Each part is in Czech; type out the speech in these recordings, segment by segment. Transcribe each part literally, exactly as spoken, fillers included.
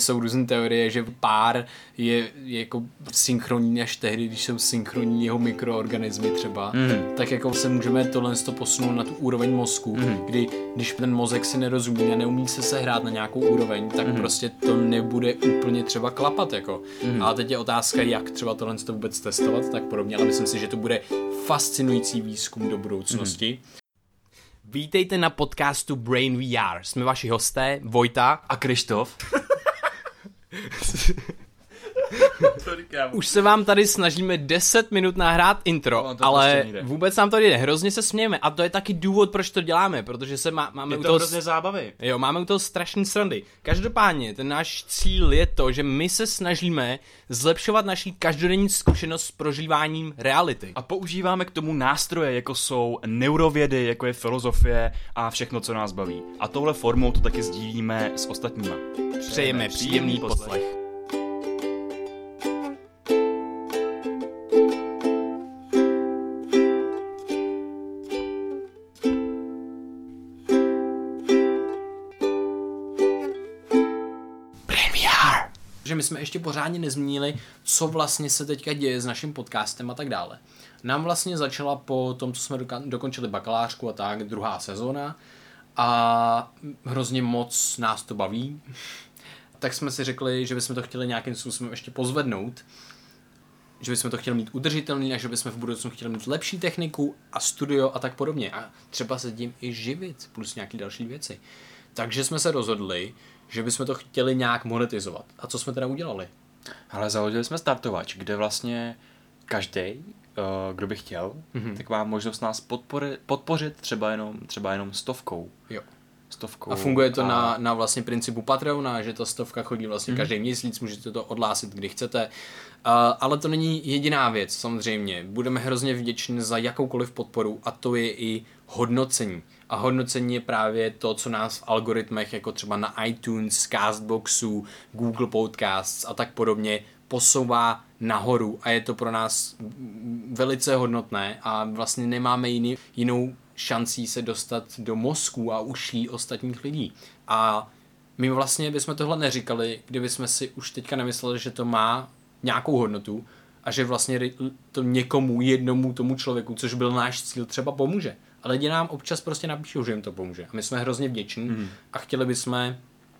Jsou různé teorie, že pár je, je jako synchronní až tehdy, když jsou synchronní jeho mikroorganismy třeba, mm. tak jako se můžeme tohle posunout na tu úroveň mozku, mm. kdy když ten mozek si nerozumí a neumí se sehrát na nějakou úroveň, tak mm. prostě to nebude úplně třeba klapat jako. Mm. A teď je otázka, jak třeba tohle to vůbec testovat, tak podobně, ale myslím si, že to bude fascinující výzkum do budoucnosti. Mm. Vítejte na podcastu Brain V R. Jsme vaši hosté, Vojta a Krištof. Už se vám tady snažíme deset minut nahrát intro, no, ale prostě vůbec nám to jde. Hrozně se smějeme a to je taky důvod, proč to děláme, protože se má, máme je to u toho hrozně zábavy. Jo, máme u toho strašný srandy. Každopádně, ten náš cíl je to, že my se snažíme zlepšovat naši každodenní zkušenost s prožíváním reality. A používáme k tomu nástroje, jako jsou neurovědy, jako je filozofie a všechno, co nás baví. A touhle formou to taky sdílíme s ostatníma. Přejeme příjemný poslech. Že my jsme ještě pořádně nezmínili, co vlastně se teďka děje s naším podcastem a tak dále. Nám vlastně začala po tom, co jsme doka- dokončili bakalářku a tak, druhá sezóna a hrozně moc nás to baví. Tak jsme si řekli, že bychom to chtěli nějakým způsobem ještě pozvednout, že bychom to chtěli mít udržitelný a že bychom v budoucnu chtěli mít lepší techniku a studio a tak podobně. A třeba se tím i živit, plus nějaké další věci. Takže jsme se rozhodli, že bychom to chtěli nějak monetizovat. A co jsme teda udělali? Ale založili jsme startovač, kde vlastně každý, kdo by chtěl, mm-hmm. tak má možnost nás podpory, podpořit třeba jenom, třeba jenom stovkou. Jo. Stovkou. A funguje to a... na, na vlastně principu Patreona, že ta stovka chodí vlastně mm-hmm. každý měsíc, můžete to odhlásit, kdy chcete. Uh, ale to není jediná věc, samozřejmě. Budeme hrozně vděční za jakoukoliv podporu a to je i hodnocení. A hodnocení je právě to, co nás v algoritmech, jako třeba na iTunes, Castboxu, Google Podcasts a tak podobně, posouvá nahoru a je to pro nás velice hodnotné a vlastně nemáme jiný, jinou šancí se dostat do mozku a uší ostatních lidí. A my vlastně bychom tohle neříkali, kdyby jsme si už teďka nemysleli, že to má nějakou hodnotu a že vlastně to někomu, jednomu tomu člověku, což byl náš cíl, třeba pomůže. Ale lidi nám občas prostě napíšou, že jim to pomůže. A my jsme hrozně vděční mm. a chtěli bychom uh,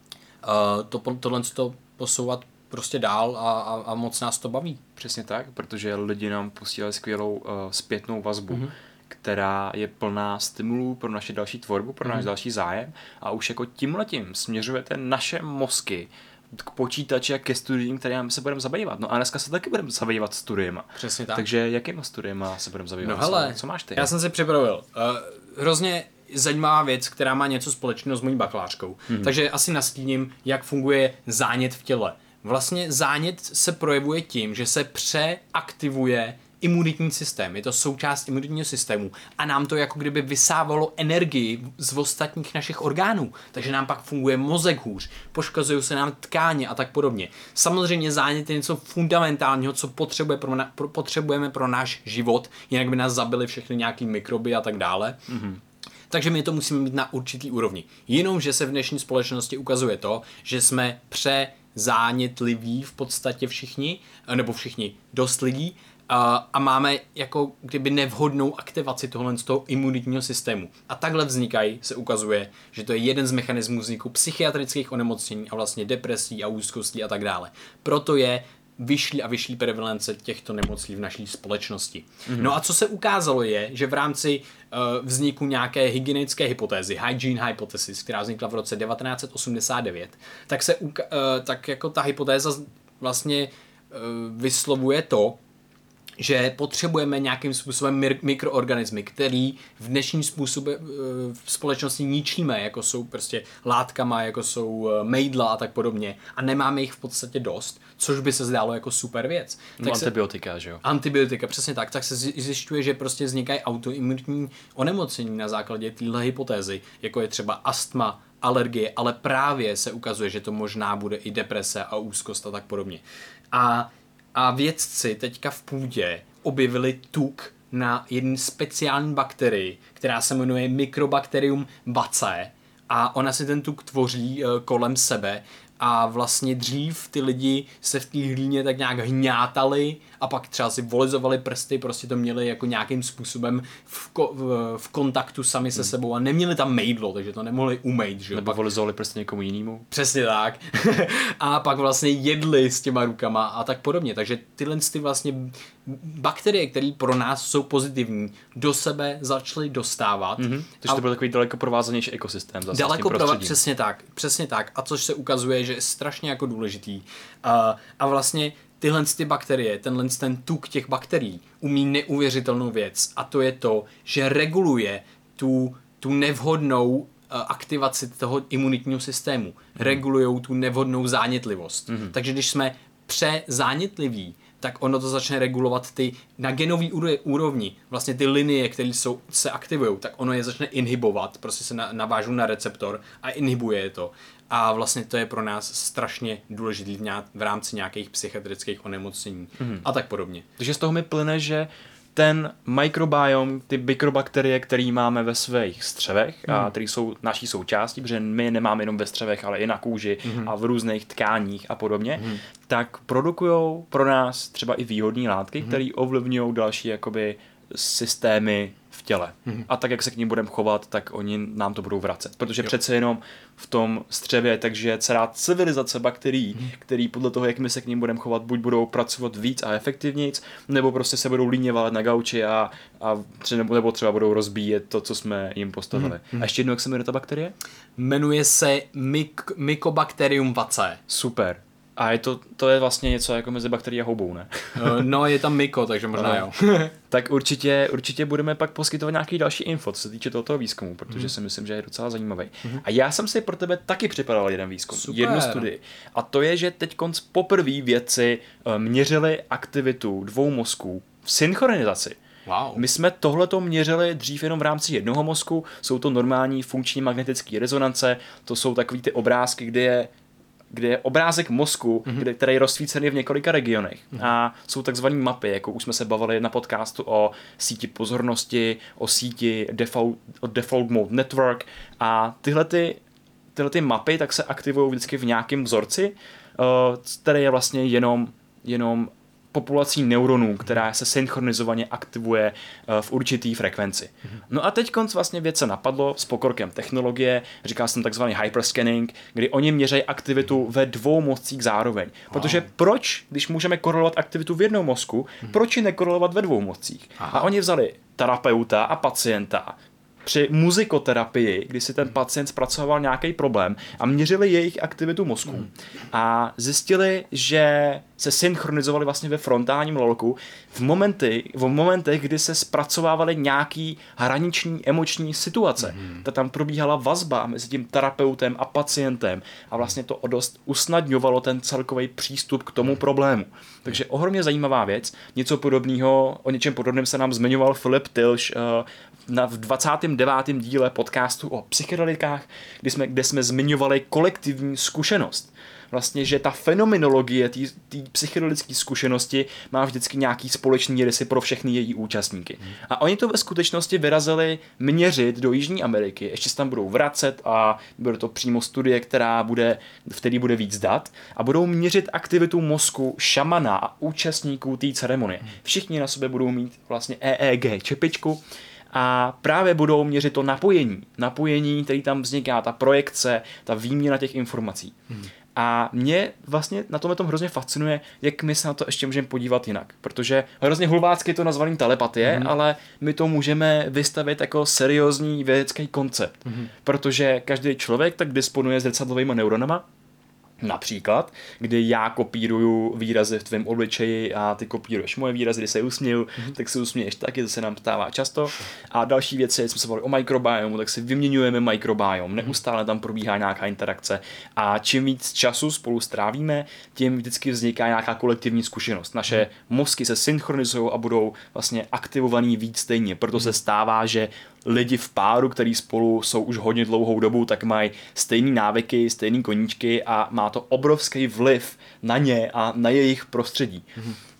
to, tohle to posouvat prostě dál a, a, a moc nás to baví. Přesně tak, protože lidi nám posílali skvělou uh, zpětnou vazbu, mm. která je plná stimulů pro naši další tvorbu, pro mm. náš další zájem a už jako tímhletím směřujete naše mozky k počítači a ke studiím, kterým se budeme zabývat. No a dneska se taky budeme zabývat studiema. Přesně tak. Takže jakýma studiema se budeme zabývat? No hele, co máš ty? Já jsem si připravil uh, hrozně zajímavá věc, která má něco společného s mojí bakalářkou. Hmm. Takže asi nastíním, jak funguje zánět v těle. Vlastně zánět se projevuje tím, že se přeaktivuje imunitní systém. Je to součást imunitního systému a nám to jako kdyby vysávalo energii z ostatních našich orgánů. Takže nám pak funguje mozek hůř, poškozují se nám tkáně a tak podobně. Samozřejmě zánět je něco fundamentálního, co potřebuje pro na, pro, potřebujeme pro náš život, jinak by nás zabili všechny nějaký mikroby a tak dále. Mm-hmm. Takže my to musíme mít na určitý úrovni. Jenomže se v dnešní společnosti ukazuje to, že jsme přezánětliví v podstatě všichni, nebo všichni dost lidí, a máme jako kdyby nevhodnou aktivaci tohle z toho imunitního systému. A takhle vznikají, se ukazuje, že to je jeden z mechanismů vzniku psychiatrických onemocnění a vlastně depresí a úzkostí a tak dále. Proto je vyšší a vyšší prevalence těchto nemocí v naší společnosti. Mm-hmm. No a co se ukázalo je, že v rámci uh, vzniku nějaké hygienické hypotézy, hygiene hypothesis, která vznikla v roce devatenáct set osmdesát devět, tak se uka- uh, tak jako ta hypotéza vlastně uh, vyslovuje to, že potřebujeme nějakým způsobem mir- mikroorganismy, který v dnešním způsobu v společnosti ničíme, jako jsou prostě látkama, jako jsou mejdla a tak podobně. A nemáme jich v podstatě dost, což by se zdálo jako super věc. No, tak antibiotika, se, že jo? Antibiotika, přesně tak. Tak se zjišťuje, že prostě vznikají autoimunitní onemocnění na základě téhle hypotézy, jako je třeba astma, alergie, ale právě se ukazuje, že to možná bude i deprese a úzkost a tak podobně. A A vědci teďka v půdě objevili tuk na jedné speciální bakterii, která se jmenuje Mycobacterium bacae a ona si ten tuk tvoří kolem sebe a vlastně dřív ty lidi se v té hlíně tak nějak hňátali a pak třeba si volizovali prsty, prostě to měli jako nějakým způsobem v, ko- v, v kontaktu sami se sebou a neměli tam mejdlo, takže to nemohli umejt, že jo. Nebo volizovali prsty někomu jinému. Přesně tak. A pak vlastně jedli s těma rukama a tak podobně. Takže tyhle ty vlastně bakterie, které pro nás jsou pozitivní, do sebe začaly dostávat. Mm-hmm. Takže to byl takový daleko provázanější ekosystém. Zase daleko provázanější, přesně tak, přesně tak. A což se ukazuje, že je strašně jako důležitý. A, a vlastně tyhle ty bakterie, tenhle ten tuk těch bakterií umí neuvěřitelnou věc a to je to, že reguluje tu, tu nevhodnou aktivaci toho imunitního systému. Mm. Regulujou tu nevhodnou zánětlivost. Mm. Takže když jsme přezánětliví, tak ono to začne regulovat ty na genový úrovni, vlastně ty linie, které jsou, se aktivují, tak ono je začne inhibovat, prostě se na, navážou na receptor a inhibuje je to. A vlastně to je pro nás strašně důležitý v, nějak, v rámci nějakých psychiatrických onemocnění mm. a tak podobně. Takže z toho mi plyne, že ten mikrobiom, ty mikrobakterie, který máme ve svých střevech hmm. a které jsou naší součástí, protože my nemáme jenom ve střevech, ale i na kůži hmm. a v různých tkáních a podobně, hmm. tak produkujou pro nás třeba i výhodné látky, hmm. které ovlivňují další jakoby systémy v těle. Hmm. A tak, jak se k ním budeme chovat, tak oni nám to budou vracet. Protože jo. přece jenom v tom střevě, takže celá civilizace bakterií, hmm. který podle toho, jak my se k ním budeme chovat, buď budou pracovat víc a efektivnějc, nebo prostě se budou líně valet na gauči a, a třeba, nebo třeba budou rozbíjet to, co jsme jim postavili. Hmm. A ještě jednou, jak se jmenuje ta bakterie? Jmenuje se myk- Mycobacterium vaccae. Super. A je to, to je vlastně něco jako mezi bakterií a houbou, ne? No, je tam myko, takže možná jo. Tak určitě, určitě budeme pak poskytovat nějaký další info, co se týče tohoto výzkumu, protože mm. si myslím, že je docela zajímavý. Mm. A já jsem si pro tebe taky připravil jeden výzkum, Super. jednu studii. A to je, že teď poprvé vědci měřili aktivitu dvou mozků v synchronizaci. Wow. My jsme tohleto měřili dřív jenom v rámci jednoho mozku, jsou to normální funkční magnetické rezonance, to jsou takový ty obrázky, kde je kde je obrázek mozku, mm-hmm. kde, který je rozsvícený v několika regionech. Mm-hmm. A jsou takzvané mapy, jako už jsme se bavili na podcastu o síti pozornosti, o síti default, o default mode network. A tyhle, ty, tyhle ty mapy tak se aktivují vždycky v nějakém vzorci, uh, který je vlastně jenom, jenom populací neuronů, která se synchronizovaně aktivuje v určitý frekvenci. No a teď konc vlastně věc se napadlo s pokrokem technologie, říká se tam takzvaný hyperscanning, kdy oni měří aktivitu ve dvou mozcích zároveň. Protože proč, když můžeme korelovat aktivitu v jednom mozku, proč ji nekorelovat ve dvou mozcích? A oni vzali terapeuta a pacienta při muzikoterapii, kdy si ten pacient zpracoval nějaký problém a měřili jejich aktivitu mozku mm. a zjistili, že se synchronizovali vlastně ve frontálním lolku v, momenty, v momentech, kdy se zpracovávaly nějaký hraniční emoční situace. Mm. Ta tam probíhala vazba mezi tím terapeutem a pacientem a vlastně to o dost usnadňovalo ten celkový přístup k tomu problému. Takže ohromně zajímavá věc. Něco podobného, o něčem podobném se nám zmiňoval Filip Tilš uh, na, v dvacátém devátém díle podcastu o psychedelikách, kde jsme, kde jsme zmiňovali kolektivní zkušenost. Vlastně, že ta fenomenologie té psychedelické zkušenosti má vždycky nějaký společný rysy pro všechny její účastníky. Hmm. A oni to ve skutečnosti vyrazili měřit do Jižní Ameriky. Ještě se tam budou vracet a bude to přímo studie, která bude, v který bude víc dat a budou měřit aktivitu mozku šamana a účastníků té ceremonie. Všichni na sobě budou mít vlastně E E G čepičku a právě budou měřit to napojení. Napojení, který tam vzniká, ta projekce, ta výměna těch informací. Hmm. A mě vlastně na tomhle tom hrozně fascinuje, jak my se na to ještě můžeme podívat jinak. Protože hrozně hulvácky je to nazvaný telepatie, mm. ale my to můžeme vystavit jako seriózní vědecký koncept. Mm. Protože každý člověk tak disponuje zrcadlovými neuronama, například, kdy já kopíruju výrazy v tvém obličeji a ty kopíruješ moje výrazy, kdy se usměju, mm-hmm. tak se usměješ taky, to se nám stává často. A další věci, jsme se bavili o mikrobiomu, tak si vyměňujeme mikrobiom, neustále tam probíhá nějaká interakce a čím víc času spolu strávíme, tím vždycky vzniká nějaká kolektivní zkušenost. Naše mm-hmm. mozky se synchronizují a budou vlastně aktivovaný víc stejně, proto mm-hmm. se stává, že lidi v páru, který spolu jsou už hodně dlouhou dobu, tak mají stejný návyky, stejný koníčky a má to obrovský vliv na ně a na jejich prostředí. Mm-hmm.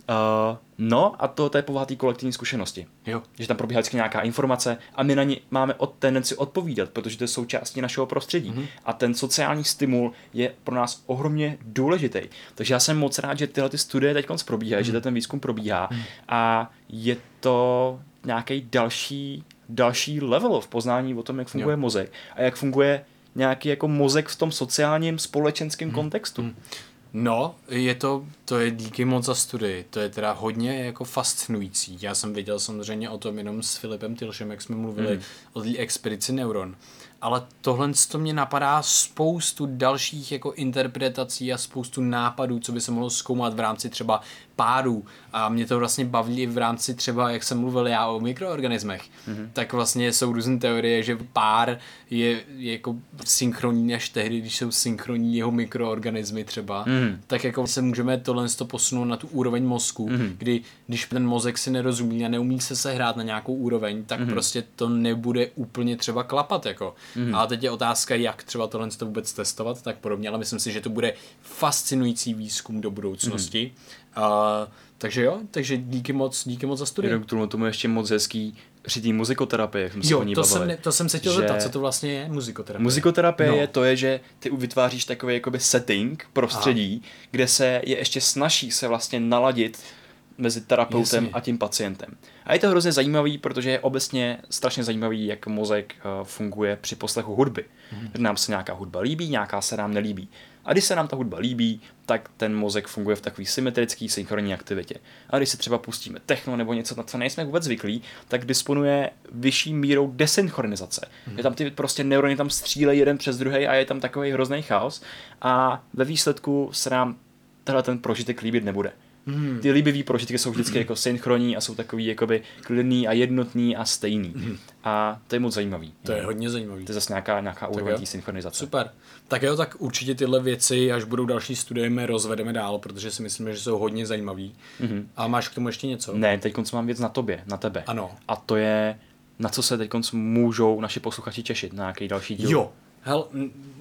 Uh, no a to, to je povaha té kolektivní zkušenosti. Jo. Že tam probíhá vždycky nějaká informace a my na ní máme od tendenci odpovídat, protože to je součástí našeho prostředí. Mm-hmm. A ten sociální stimul je pro nás ohromně důležitý. Takže já jsem moc rád, že tyhle ty studie teď probíhají, mm-hmm. že ten výzkum probíhá mm-hmm. a je to nějaký další, další level v poznání o tom, jak funguje jo. mozek a jak funguje nějaký jako mozek v tom sociálním společenském mm-hmm. kontextu. Mm-hmm. No, je to, to je díky moc za studii, to je teda hodně jako fascinující. Já jsem věděl samozřejmě o tom jenom s Filipem Tilšem, jak jsme mluvili mm. o té expedici Neuron. Ale tohle to mě napadá spoustu dalších jako interpretací a spoustu nápadů, co by se mohlo zkoumat v rámci třeba párů. A mě to vlastně baví v rámci třeba, jak jsem mluvil já o mikroorganismech, mm-hmm. tak vlastně jsou různé teorie, že pár je, je jako synchronní až tehdy, když jsou synchronní jeho mikroorganismy třeba, mm-hmm. tak jako se můžeme tohle posunout na tu úroveň mozku, mm-hmm. kdy když ten mozek si nerozumí a neumí se sehrát na nějakou úroveň, tak mm-hmm. prostě to nebude úplně třeba klapat jako. Mm-hmm. A teď je otázka, jak třeba tohle to vůbec testovat, tak podobně, ale myslím si, že to bude fascinující výzkum do budoucnosti. Mm-hmm. Uh, takže jo, takže díky moc, díky moc za studii. Jenom k tomu, tomu ještě moc hezký při té muzikoterapii, jak jsme se jo, o ní to bavili. Jsem, to jsem se chtěl zeptat, co to vlastně je muzikoterapie. Muzikoterapie no. je to, je, že ty vytváříš takový jakoby setting, prostředí, Aha. kde se je ještě snaží se vlastně naladit mezi terapeutem Jasně. a tím pacientem. A je to hrozně zajímavý, protože je obecně strašně zajímavý, jak mozek uh, funguje při poslechu hudby. Hmm. Nám se nějaká hudba líbí, nějaká se nám nelíbí. A když se nám ta hudba líbí, tak ten mozek funguje v takové symetrické, synchronní aktivitě. A když se třeba pustíme techno nebo něco, na co nejsme vůbec zvyklí, tak disponuje vyšší mírou desynchronizace. Hmm. Je tam ty prostě neurony tam střílejí jeden přes druhý a je tam takový hrozný chaos. A ve výsledku se nám tenhle ten prožitek líbit nebude. Hmm. Ty líbivý prožitky jsou vždycky jako synchronní a jsou takový jakoby klidný a jednotný a stejný. Hmm. A to je moc zajímavý. To je hodně zajímavý. To je zase nějaká, nějaká úroveň synchronizace. Super. Tak jo, tak určitě tyhle věci, až budou další studie, my rozvedeme dál, protože si myslíme, že jsou hodně zajímavý. Hmm. A máš k tomu ještě něco? Ne, teď mám věc na tobě, na tebe. Ano. A to je, na co se teď můžou naši posluchači těšit, na nějaký další díl. Jo. Hel,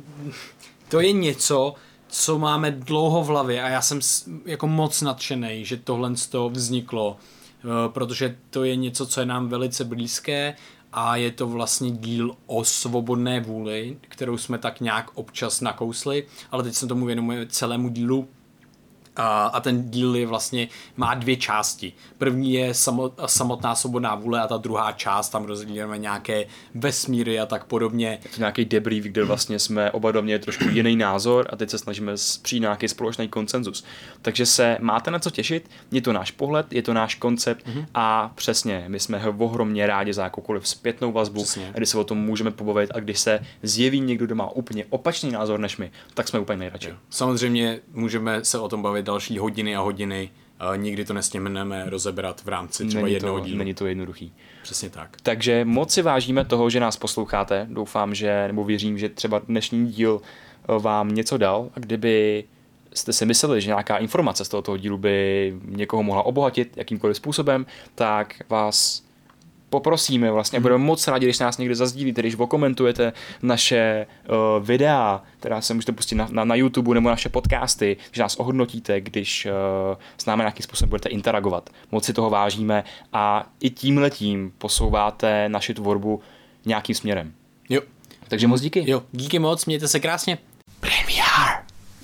to je něco, co máme dlouho v hlavě a já jsem jako moc nadšenej, že tohle z toho vzniklo, protože to je něco, co je nám velice blízké a je to vlastně díl o svobodné vůli, kterou jsme tak nějak občas nakousli, ale teď se tomu věnujeme celému dílu. A, a ten díl je vlastně, má dvě části. První je samot, samotná svobodná vůle a ta druhá část, tam rozdělíme nějaké vesmíry a tak podobně. Je to nějaký debrief, kde vlastně jsme oba dva měli trošku jiný názor a teď se snažíme přijít nějaký společný konsenzus. Takže se máte na co těšit, je to náš pohled, je to náš koncept mm-hmm. a přesně, my jsme ohromně rádi za jakoukoliv zpětnou vazbu, přesně. A když se o tom můžeme pobavit a když se zjeví někdo, kdo má úplně opačný názor než my, tak jsme úplně nejradši. Samozřejmě můžeme se o tom bavit další hodiny a hodiny. Nikdy to nestěhneme rozebrat v rámci třeba není jednoho to, dílu. Není to jednoduchý. Přesně tak. Takže moc si vážíme toho, že nás posloucháte. Doufám, že, nebo věřím, že třeba dnešní díl vám něco dal. A kdyby jste si mysleli, že nějaká informace z tohoto dílu by někoho mohla obohatit jakýmkoliv způsobem, tak vás poprosíme, vlastně budeme moc rádi, když nás někde zazdílíte, když okomentujete naše uh, videa, která se můžete pustit na, na, na YouTube nebo naše podcasty, že nás ohodnotíte, když uh, s námi nějakým způsobem budete interagovat. Moc si toho vážíme a i tímhletím posouváte naši tvorbu nějakým směrem. Jo. Takže moc díky. Jo, díky moc, mějte se krásně. Premiér.